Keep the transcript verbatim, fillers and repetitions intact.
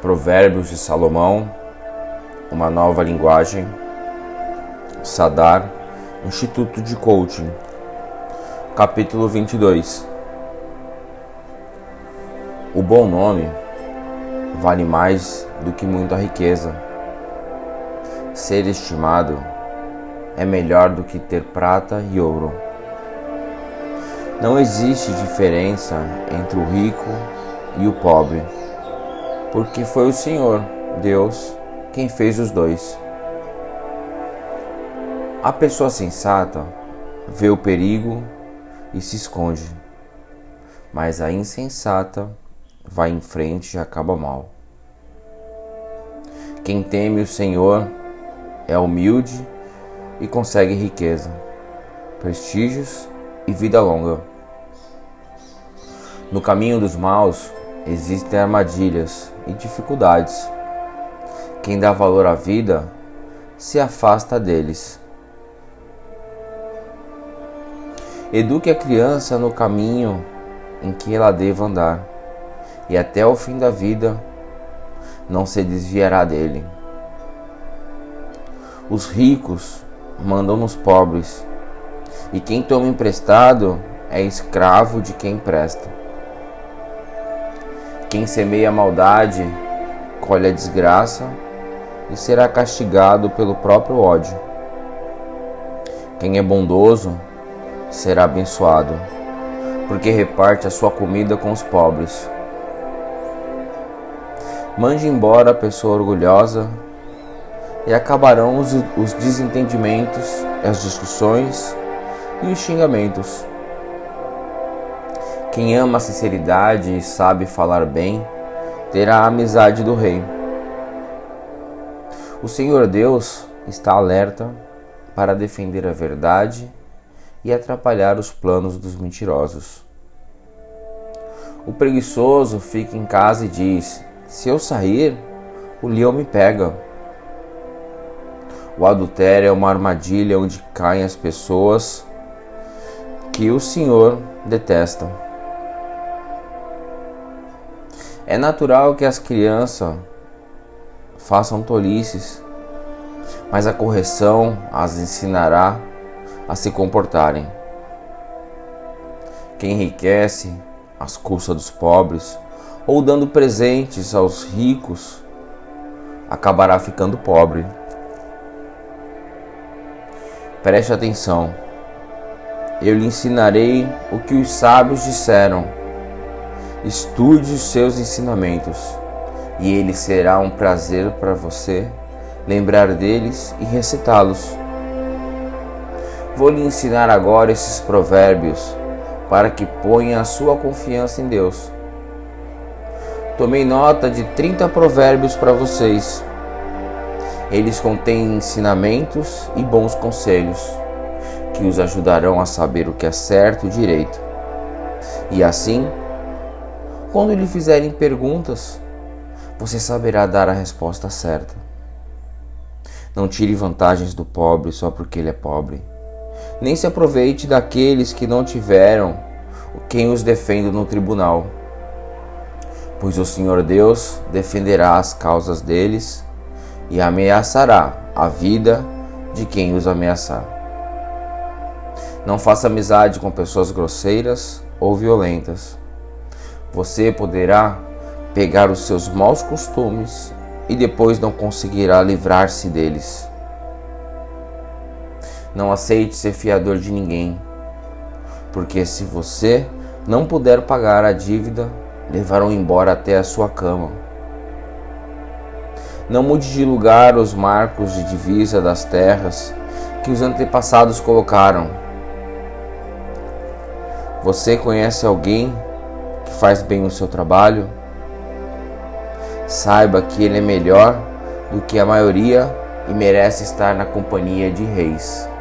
Provérbios de Salomão, uma nova linguagem, Sadar, Instituto de Coaching, capítulo vinte e dois. O bom nome vale mais do que muita riqueza. Ser estimado é melhor do que ter prata e ouro. Não existe diferença entre o rico e o pobre, porque foi o Senhor, Deus, quem fez os dois. A pessoa sensata vê o perigo e se esconde, mas a insensata vai em frente e acaba mal. Quem teme o Senhor é humilde e consegue riqueza, prestígios e vida longa. No caminho dos maus existem armadilhas e dificuldades. Quem dá valor à vida se afasta deles. Eduque a criança no caminho em que ela deva andar, e até o fim da vida não se desviará dele. Os ricos mandam nos pobres, e quem toma emprestado é escravo de quem empresta. Quem semeia a maldade colhe a desgraça e será castigado pelo próprio ódio. Quem é bondoso será abençoado, porque reparte a sua comida com os pobres. Mande embora a pessoa orgulhosa e acabarão os, os desentendimentos, as discussões e os xingamentos. Quem ama a sinceridade e sabe falar bem, terá a amizade do rei. O Senhor Deus está alerta para defender a verdade e atrapalhar os planos dos mentirosos. O preguiçoso fica em casa e diz: se eu sair, o leão me pega. O adultério é uma armadilha onde caem as pessoas que o Senhor detesta. É natural que as crianças façam tolices, mas a correção as ensinará a se comportarem. Quem enriquece às custas dos pobres ou dando presentes aos ricos acabará ficando pobre. Preste atenção. Eu lhe ensinarei o que os sábios disseram. Estude os seus ensinamentos, e ele será um prazer para você lembrar deles e recitá-los. Vou lhe ensinar agora esses provérbios para que ponha a sua confiança em Deus. Tomei nota de trinta provérbios para vocês. Eles contêm ensinamentos e bons conselhos que os ajudarão a saber o que é certo e direito. E assim, quando lhe fizerem perguntas, você saberá dar a resposta certa. Não tire vantagens do pobre só porque ele é pobre. Nem se aproveite daqueles que não tiveram quem os defenda no tribunal, pois o Senhor Deus defenderá as causas deles e ameaçará a vida de quem os ameaçar. Não faça amizade com pessoas grosseiras ou violentas. Você poderá pegar os seus maus costumes e depois não conseguirá livrar-se deles. Não aceite ser fiador de ninguém, porque se você não puder pagar a dívida, levarão embora até a sua cama. Não mude de lugar os marcos de divisa das terras que os antepassados colocaram. Você conhece alguém que faz bem o seu trabalho? Saiba que ele é melhor do que a maioria e merece estar na companhia de reis.